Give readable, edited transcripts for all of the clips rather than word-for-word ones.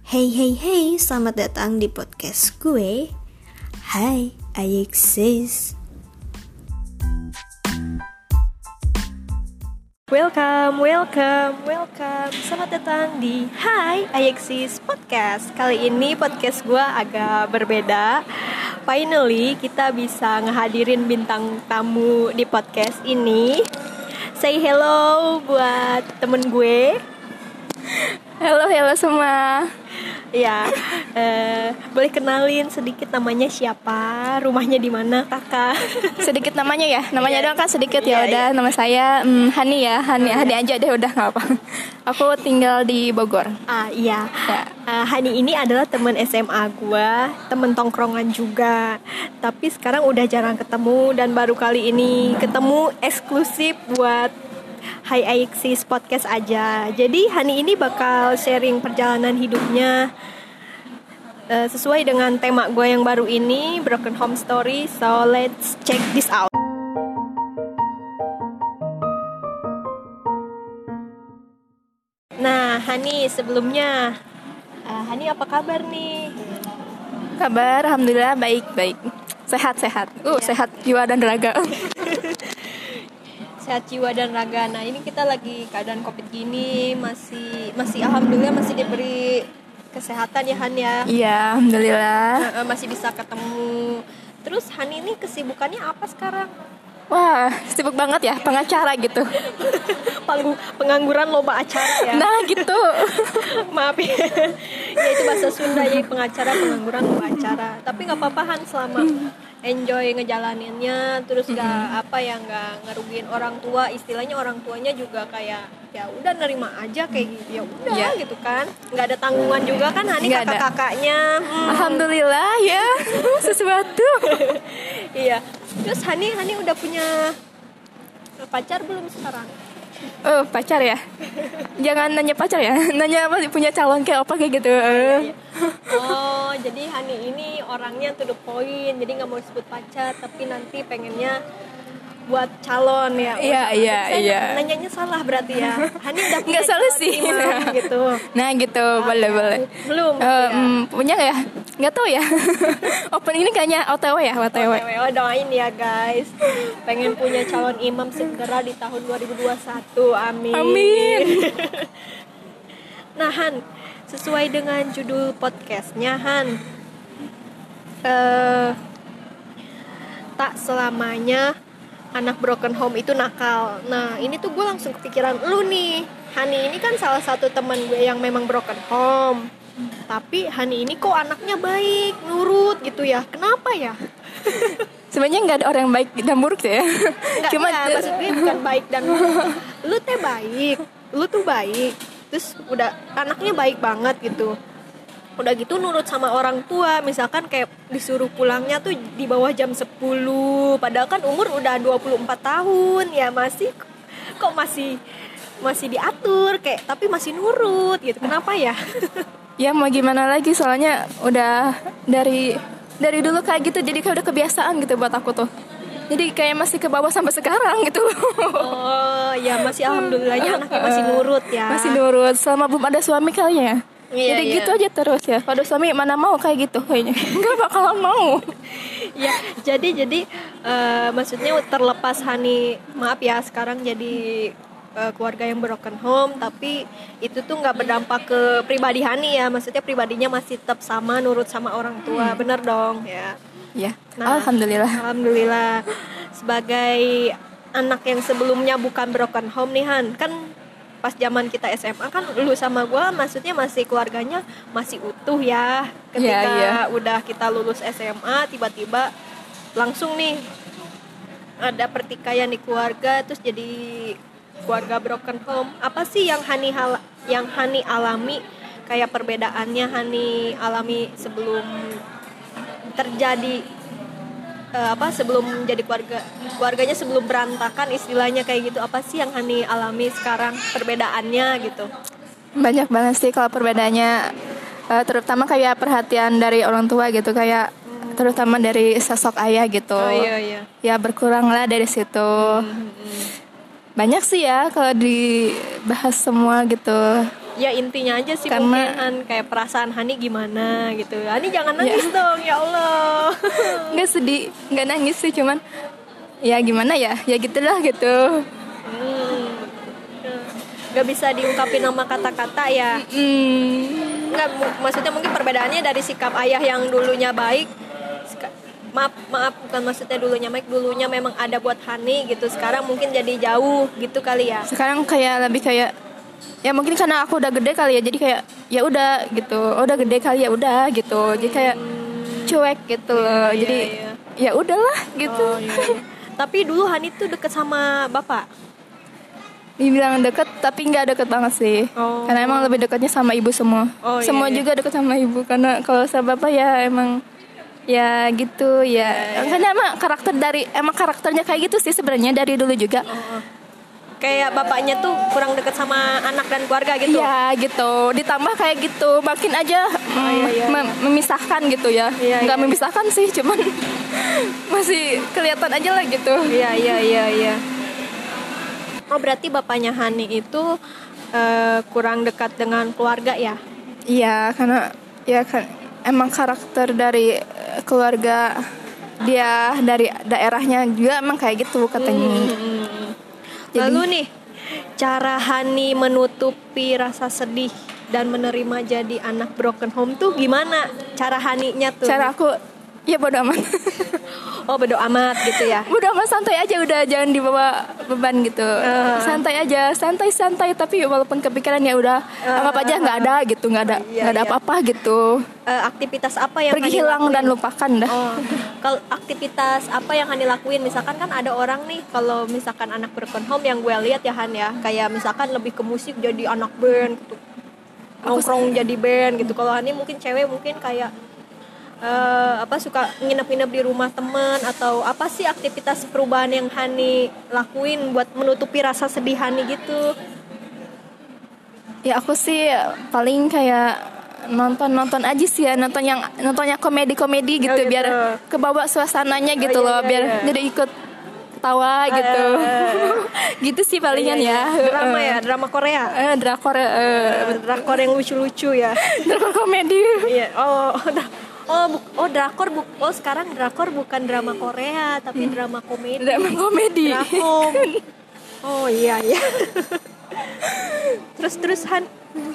Hey hey hey, selamat datang di podcast gue. Hai, I exist. Welcome. Selamat datang di Hai, I exist podcast. Kali ini podcast gue agak berbeda. Finally, kita bisa ngehadirin bintang tamu di podcast ini. Say hello buat temen gue. Halo semua. Ya, boleh kenalin sedikit namanya siapa, rumahnya di mana, kakak? Sedikit namanya ya, namanya doang kan sedikit ya. Iya, Udah, iya. nama saya Hani ya, Hani aja deh udah nggak apa. Aku tinggal di Bogor. Iya. Ya. Hani ini adalah teman SMA gue, teman tongkrongan juga. Tapi sekarang udah jarang ketemu dan baru kali ini ketemu eksklusif buat Hai I Exist podcast aja. Jadi Hani ini bakal sharing perjalanan hidupnya sesuai dengan tema gue yang baru ini, Broken Home Story. So let's check this out. Nah Hani, sebelumnya Hani apa kabar nih? Kabar, alhamdulillah baik. Sehat. Sehat jiwa dan raga. Sehat jiwa dan raga. Nah ini kita lagi keadaan covid gini, masih alhamdulillah masih diberi kesehatan ya Han ya. Iya, alhamdulillah. Masih bisa ketemu. Terus Han ini kesibukannya apa sekarang? Wah, sibuk banget ya, pengacara gitu. Pengangguran loba acara ya. Nah gitu. Maaf ya. Ya itu bahasa Sunda ya, pengacara, pengangguran loba acara. Tapi nggak apa-apa Han, selama enjoy ngejalaninnya, terus nggak ngerugiin orang tua. Istilahnya orang tuanya juga kayak ya udah nerima aja kayak gitu, ya udah gitu kan, nggak ada tanggungan juga kan Hani, kakak-kakaknya. Alhamdulillah ya, sesuatu. Iya. Terus Hani udah punya pacar belum sekarang? Oh, pacar ya? Jangan nanya pacar ya, nanya masih punya calon kayak apa kayak gitu. Oh, jadi Hani ini orangnya to the point, jadi nggak mau sebut pacar, tapi nanti pengennya buat calon ya. Iya. Nanyanya salah berarti ya. Hani udah punya nggak salah calon sih imam gitu. Nah gitu, boleh. Belum Punya nggak ya? Nggak tahu ya. Open ini kayaknya OTW ya, OTW. Oh, doain ya guys, pengen punya calon imam segera di tahun 2021. Amin. Nah Han, sesuai dengan judul podcastnya Han, tak selamanya anak broken home itu nakal. Nah ini tuh gue langsung kepikiran lu nih. Hani ini kan salah satu teman gue yang memang broken home. Tapi Hani ini kok anaknya baik, nurut gitu ya. Kenapa ya? Sebenarnya nggak ada orang baik dan buruk ya. Cuma maksud gue bukan baik dan buruk. Lu teh baik, lu tuh baik. Terus udah anaknya baik banget gitu. Udah gitu nurut sama orang tua. Misalkan kayak disuruh pulangnya tuh di bawah jam 10, padahal kan umur udah 24 tahun. Ya masih diatur kayak, tapi masih nurut gitu. Kenapa ya? Ya mau gimana lagi, soalnya udah dari dulu kayak gitu, jadi kayak udah kebiasaan gitu buat aku tuh. Jadi kayak masih ke bawah sampai sekarang gitu. Oh ya, masih alhamdulillahnya anaknya masih nurut ya. Masih nurut selama belum ada suami kayaknya. Jadi gitu aja terus ya. Kalau suami mana mau kayak gitu kayaknya. Enggak bakalan mau. Ya, jadi maksudnya terlepas Hani, maaf ya sekarang jadi keluarga yang broken home, tapi itu tuh nggak berdampak ke pribadi Hani ya. Maksudnya pribadinya masih tetap sama, nurut sama orang tua. Bener dong ya. Ya. Nah, Alhamdulillah. Sebagai anak yang sebelumnya bukan broken home nih Han, kan pas zaman kita SMA kan lu sama gue maksudnya masih keluarganya masih utuh ya. Ketika udah kita lulus SMA, tiba-tiba langsung nih ada pertikaian di keluarga, terus jadi keluarga broken home. Apa sih yang Hani alami, kayak perbedaannya Hani alami sebelum terjadi sebelum jadi keluarganya sebelum berantakan istilahnya kayak gitu. Apa sih yang Hani alami sekarang perbedaannya gitu? Banyak banget sih kalau perbedaannya, terutama kayak perhatian dari orang tua gitu, kayak terutama dari sosok ayah gitu. Iya. Ya berkurang lah dari situ. Banyak sih ya kalau dibahas semua gitu. Ya intinya aja sih Karena- mungkin Han, kayak perasaan Hani gimana gitu. Hani jangan nangis dong, ya Allah. Nggak sedih, nggak nangis sih, cuman ya gimana ya gitulah gitu. Gak bisa diungkapin sama kata-kata ya. Nggak, maksudnya mungkin perbedaannya dari sikap ayah yang dulunya baik. Maaf bukan maksudnya dulunya baik, dulunya memang ada buat Hani gitu, sekarang mungkin jadi jauh gitu kali ya. Sekarang kayak lebih kayak ya mungkin karena aku udah gede kali ya, jadi kayak ya udah gitu, udah gede kali ya udah gitu, jadi kayak cuek gitu loh. Iya, Jadi iya. ya udahlah gitu. Oh, iya. Tapi dulu Hani tuh deket sama bapak. Dibilang deket tapi nggak deket banget sih. Oh. Karena emang lebih deketnya sama ibu semua. Oh, iya, Semua iya. juga deket sama ibu, karena kalau sama bapak ya emang ya gitu ya. Karena emang karakternya kayak gitu sih sebenarnya dari dulu juga. Kayak bapaknya tuh kurang deket sama anak dan keluarga gitu. Iya gitu, ditambah kayak gitu makin aja iya. memisahkan gitu ya. Iya, Nggak iya. memisahkan sih, cuman masih kelihatan aja lah gitu. Iya. Oh berarti bapaknya Hani itu kurang dekat dengan keluarga ya? Iya, karena ya kan emang karakter dari keluarga dia dari daerahnya juga emang kayak gitu katanya. Jadi- Lalu nih, cara Hani menutupi rasa sedih dan menerima jadi anak broken home tuh gimana? Cara Haninya tuh? Cara aku ya bodo amat. Oh bodo amat gitu ya? Bodo amat, santai aja, udah jangan dibawa beban gitu. Santai aja, santai tapi walaupun kepikiran ya udah anggap aja nggak ada gitu, nggak ada Iya. apa-apa gitu. Aktivitas apa yang Pergi Hani hilang lakuin? dan lupakan dah. Oh, kalau aktivitas apa yang Hani lakuin? Misalkan kan ada orang nih, kalau misalkan anak broken home yang gue lihat ya Han ya, kayak misalkan lebih ke musik jadi anak band gitu, nongkrong jadi band gitu. Kalau Hani mungkin cewek mungkin kayak suka nginep-nginep di rumah temen, atau apa sih aktivitas perubahan yang Hani lakuin buat menutupi rasa sedih Hani gitu? Ya aku sih paling kayak nonton aja sih ya, nontonnya komedi gitu, Oh, gitu. biar kebawa suasananya gitu iya, loh, biar iya. jadi ikut ketawa gitu. Gitu sih palingan ya. Drama ya, drama Korea. Drakor Drakor yang lucu-lucu ya. drakor komedi. Iya. Sekarang drakor bukan drama Korea tapi drama komedi. Drama komedi. Drakom. Oh iya. Terus Han,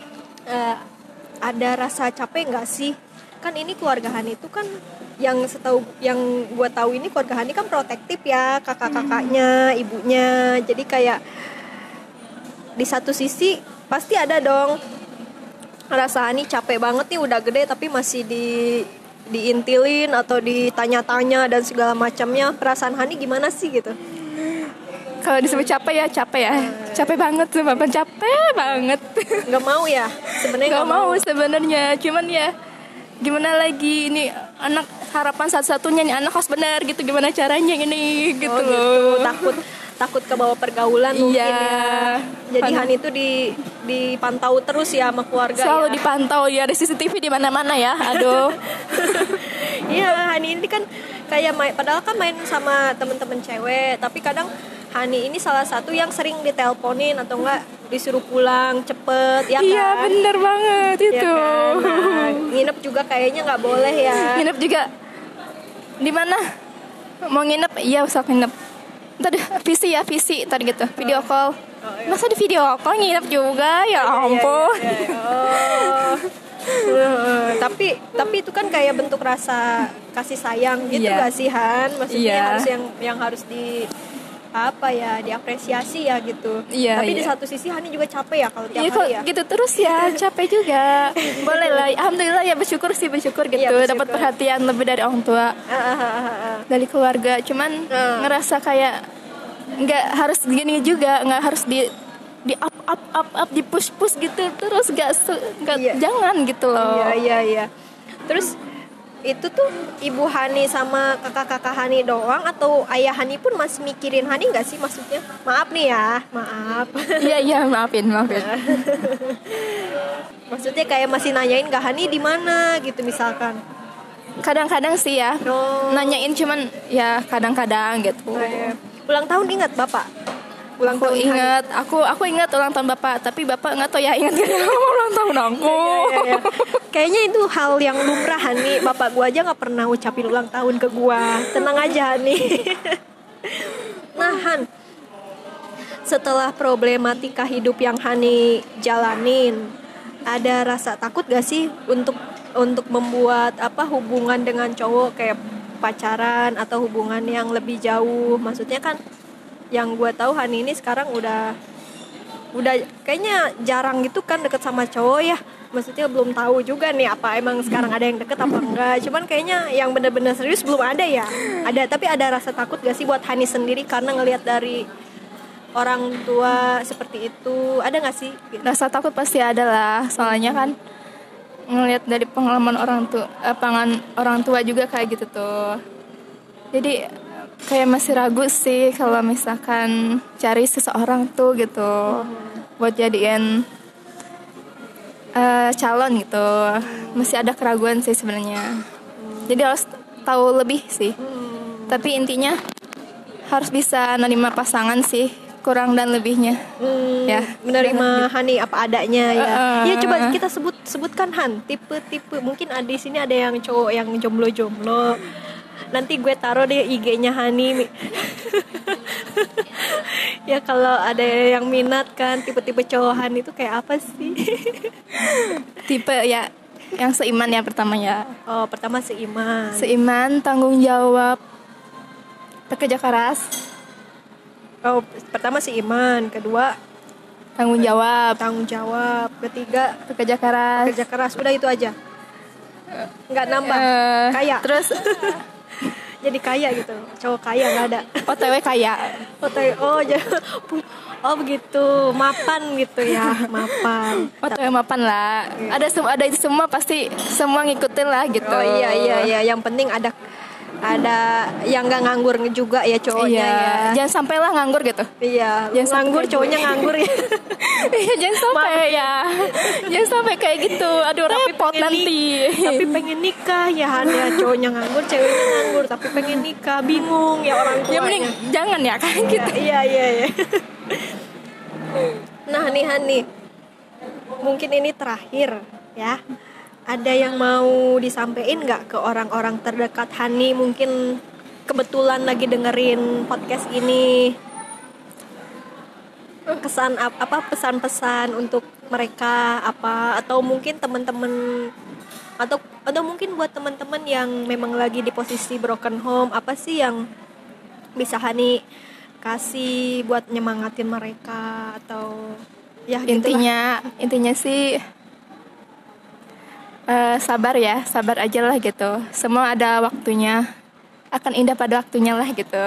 ada rasa capek nggak sih? Kan ini keluarga Han itu kan yang gue tahu ini keluarga Han kan protektif ya, kakak-kakaknya, ibunya. Jadi kayak di satu sisi pasti ada dong rasa Hani capek banget nih, udah gede tapi masih diintilin atau ditanya-tanya dan segala macamnya. Perasaan Hani gimana sih gitu? Kalau disebut capek ya, capek banget tuh, bapak capek banget. Nggak mau ya sebenarnya? Nggak mau sebenarnya, cuman ya gimana lagi, ini anak harapan satu-satunya nih, anak harus benar gitu, gimana caranya ini gitu, loh. Takut ke bawah pergaulan mungkin Iya. ya. Jadi Hani itu dipantau terus ya sama keluarga. Selalu ya. dipantau ya, ada CCTV di mana-mana ya. Aduh. Iya, Hani ini kan kayak padahal kan main sama temen-temen cewek, tapi kadang Hani ini salah satu yang sering diteleponin atau enggak disuruh pulang cepet ya kan? Iya bener banget Ya itu. kan? Nah, nginep juga kayaknya nggak boleh ya. Nginep juga di mana? Mau nginep? Iya usah nginep. Ntar visi tadi gitu, video call. Masa di video call nginep juga, ya ampun. Tapi itu kan kayak bentuk rasa kasih sayang gitu Iya. gak sih Han? Maksudnya Iya. harus yang harus diapresiasi ya gitu. Iya, Tapi di iya. satu sisi Hani juga capek ya kalau tiap Iya kok hari ya. gitu terus ya, capek juga. Boleh lah, alhamdulillah ya, bersyukur gitu, Iya, bersyukur. dapat perhatian lebih dari orang tua, dari keluarga. Cuman ngerasa kayak nggak harus gini juga, nggak harus di up di push gitu terus, nggak Iya. jangan gitu loh. Iya. Terus itu tuh ibu Hani sama kakak-kakak Hani doang atau ayah Hani pun masih mikirin Hani nggak sih, maksudnya? Maaf nih ya, maaf. Iya maafin. Maksudnya kayak masih nanyain gak Hani di mana gitu misalkan. Kadang-kadang sih ya Oh. nanyain, cuman ya kadang-kadang gitu. Ulang tahun ingat Bapak? ulang Aku tahun Hani? ingat, aku ingat ulang tahun bapak, tapi bapak nggak tahu ya ingat gak ya ulang tahun aku. Ya. Kayaknya itu hal yang lumrah Hani. Bapak gua aja nggak pernah ucapin ulang tahun ke gua. Tenang aja Hani. Nah Han, setelah problematika hidup yang Hani jalanin, ada rasa takut gak sih untuk membuat hubungan dengan cowok kayak pacaran atau hubungan yang lebih jauh? Maksudnya kan yang gue tahu Hani ini sekarang udah kayaknya jarang gitu kan deket sama cowok ya. Maksudnya belum tahu juga nih apa emang sekarang ada yang deket apa enggak. Cuman kayaknya yang benar-benar serius belum ada ya. Ada, tapi ada rasa takut gak sih buat Hani sendiri karena ngelihat dari orang tua seperti itu? Ada gak sih? Rasa takut pasti ada lah, soalnya kan ngelihat dari pengalaman orang tua juga kayak gitu tuh. Jadi kayak masih ragu sih kalau misalkan cari seseorang tuh gitu buat jadiin calon gitu. Masih ada keraguan sih sebenarnya. Jadi harus tahu lebih sih. Tapi intinya harus bisa nerima pasangan sih, kurang dan lebihnya. Ya, menerima Hani apa adanya ya. Ya coba kita sebutkan Han, tipe-tipe. Mungkin di sini ada yang cowok yang jomblo-jomblo. Nanti gue taruh deh IG-nya Hani. Ya kalau ada yang minat kan tipe-tipe cowok Hani itu kayak apa sih? Tipe ya yang seiman ya pertama ya. Oh, pertama seiman. Seiman, tanggung jawab, pekerja keras. Oh, pertama seiman, kedua Tanggung jawab, ketiga pekerja keras. kerja keras. Udah itu aja. Nggak nambah. Kaya. Terus Jadi kaya gitu. Cowok kaya nggak ada. OTW kaya. Oh begitu. Mapan gitu ya. Mapan. OTW mapan lah. Ada itu semua, pasti semua ngikutin lah gitu. Oh iya. Yang penting ada yang nggak nganggur juga ya cowoknya ya. Jangan sampai lah nganggur gitu. Iya. Jangan Nganggur sampai cowoknya nganggur ya. Iya, jangan sampai ya. Jangan sampai kayak gitu. Aduh, repot nanti. Tapi pengen nikah ya Han ya, cowoknya nganggur, ceweknya nganggur, tapi pengen nikah, bingung ya orang tuanya. Ya mending jangan ya kan gitu. Iya. Nah nih Hani, mungkin ini terakhir ya. Ada yang mau disampaikan nggak ke orang-orang terdekat Hani? Mungkin kebetulan lagi dengerin podcast ini. Kesan pesan-pesan untuk mereka apa? Atau mungkin teman-teman atau mungkin buat teman-teman yang memang lagi di posisi broken home, apa sih yang bisa Hani kasih buat nyemangatin mereka atau ya intinya sih sabar aja lah gitu. Semua ada waktunya, akan indah pada waktunya lah gitu.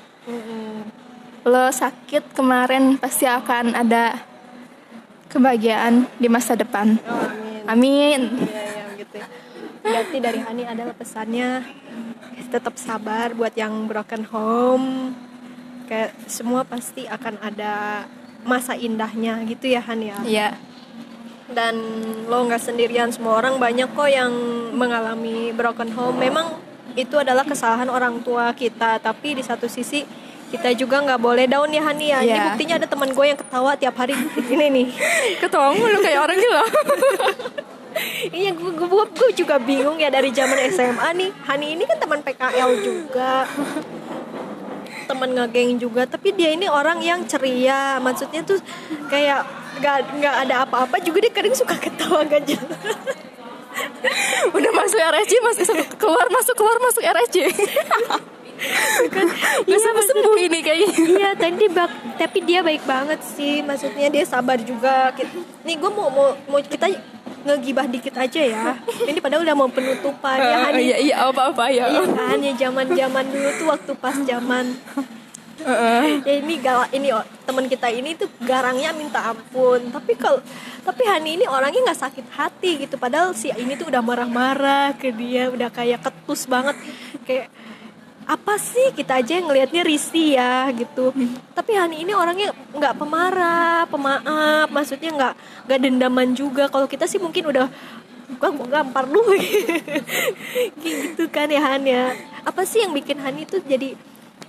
Lo sakit kemarin pasti akan ada kebahagiaan di masa depan. Amin. Iya gitu. Berarti dari Hani adalah pesannya tetap sabar buat yang broken home. Kayak semua pasti akan ada masa indahnya gitu ya Han ya. Iya. Dan lo nggak sendirian, semua orang banyak kok yang mengalami broken home. Memang itu adalah kesalahan orang tua kita, tapi di satu sisi kita juga nggak boleh down ya Hani ya. Ini buktinya ada teman gue yang ketawa tiap hari ini nih. Ketawa mulu kayak orang gila. Iya, gue juga bingung ya dari zaman SMA nih. Hani ini kan teman PKL juga, teman ngegeng juga, tapi dia ini orang yang ceria. Maksudnya tuh kayak nggak ada apa-apa juga dia kadang suka ketawa gak jelas. Udah masuk RSJ masih keluar masuk RSJ. Kan bisa sembuh ini kayaknya. Iya, tapi dia baik banget sih. Maksudnya dia sabar juga. Nih gue mau kita ngegibah dikit aja ya. Ini padahal udah mau penutupan ya Hani. Iya apa ya. Iya kan ya, zaman dulu tuh waktu pas zaman ya ini teman kita ini tuh garangnya minta ampun. Tapi Hani ini orangnya nggak sakit hati gitu. Padahal si ini tuh udah marah-marah ke dia, udah kayak ketus banget. Kayak apa sih, kita aja yang ngelihatnya risih ya gitu. Tapi Hani ini orangnya nggak pemarah, pemaaf. Maksudnya nggak dendaman juga. Kalau kita sih mungkin udah gua gampar dulu gitu kan ya Han ya. Apa sih yang bikin Hani tuh jadi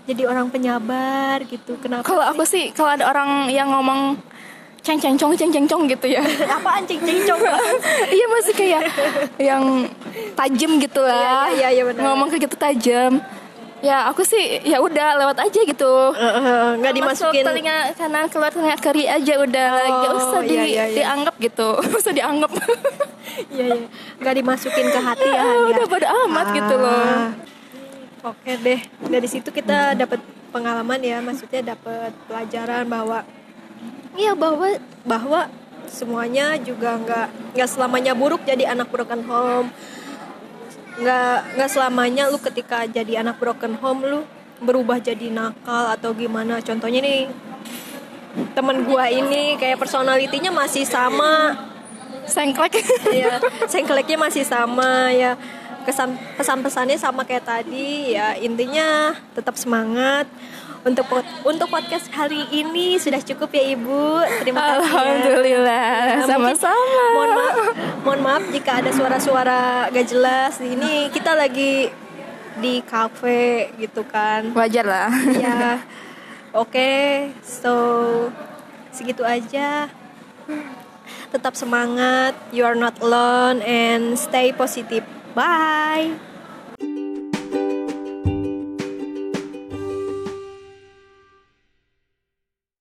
jadi orang penyabar gitu. Kenapa? Kalau aku sih kalau ada orang yang ngomong ceng ceng cong gitu ya. Apaan ceng-ceng? Iya masih kayak yang tajam gitu lah. Iya, benar. Ngomong kayak gitu tajam. Ya aku sih ya udah lewat aja gitu. Nggak dimasukin. Masuk telinga kanan, keluar telinga kiri aja udah. Nggak usah dianggap gitu. Nggak usah dianggap. Iya. Nggak dimasukin ke hati ya. Udah pada amat gitu loh. Oke deh. Dari situ kita dapat pengalaman ya. Maksudnya dapat pelajaran bahwa bahwa semuanya juga nggak selamanya buruk jadi anak broken home. Nggak selamanya lu ketika jadi anak broken home lu berubah jadi nakal atau gimana. Contohnya nih temen gua ini kayak personalitinya masih sama, Sengklek. ya sengkleknya masih sama ya, pesan-pesannya sama kayak tadi ya. Intinya tetap semangat. Untuk podcast hari ini sudah cukup ya Ibu. Terima kasih. Alhamdulillah. Ya, Sama-sama. Mohon maaf jika ada suara-suara gak jelas. Ini kita lagi di cafe gitu kan. Wajar lah. Ya. Oke, so segitu aja. Tetap semangat. You are not alone and stay positive. Bye.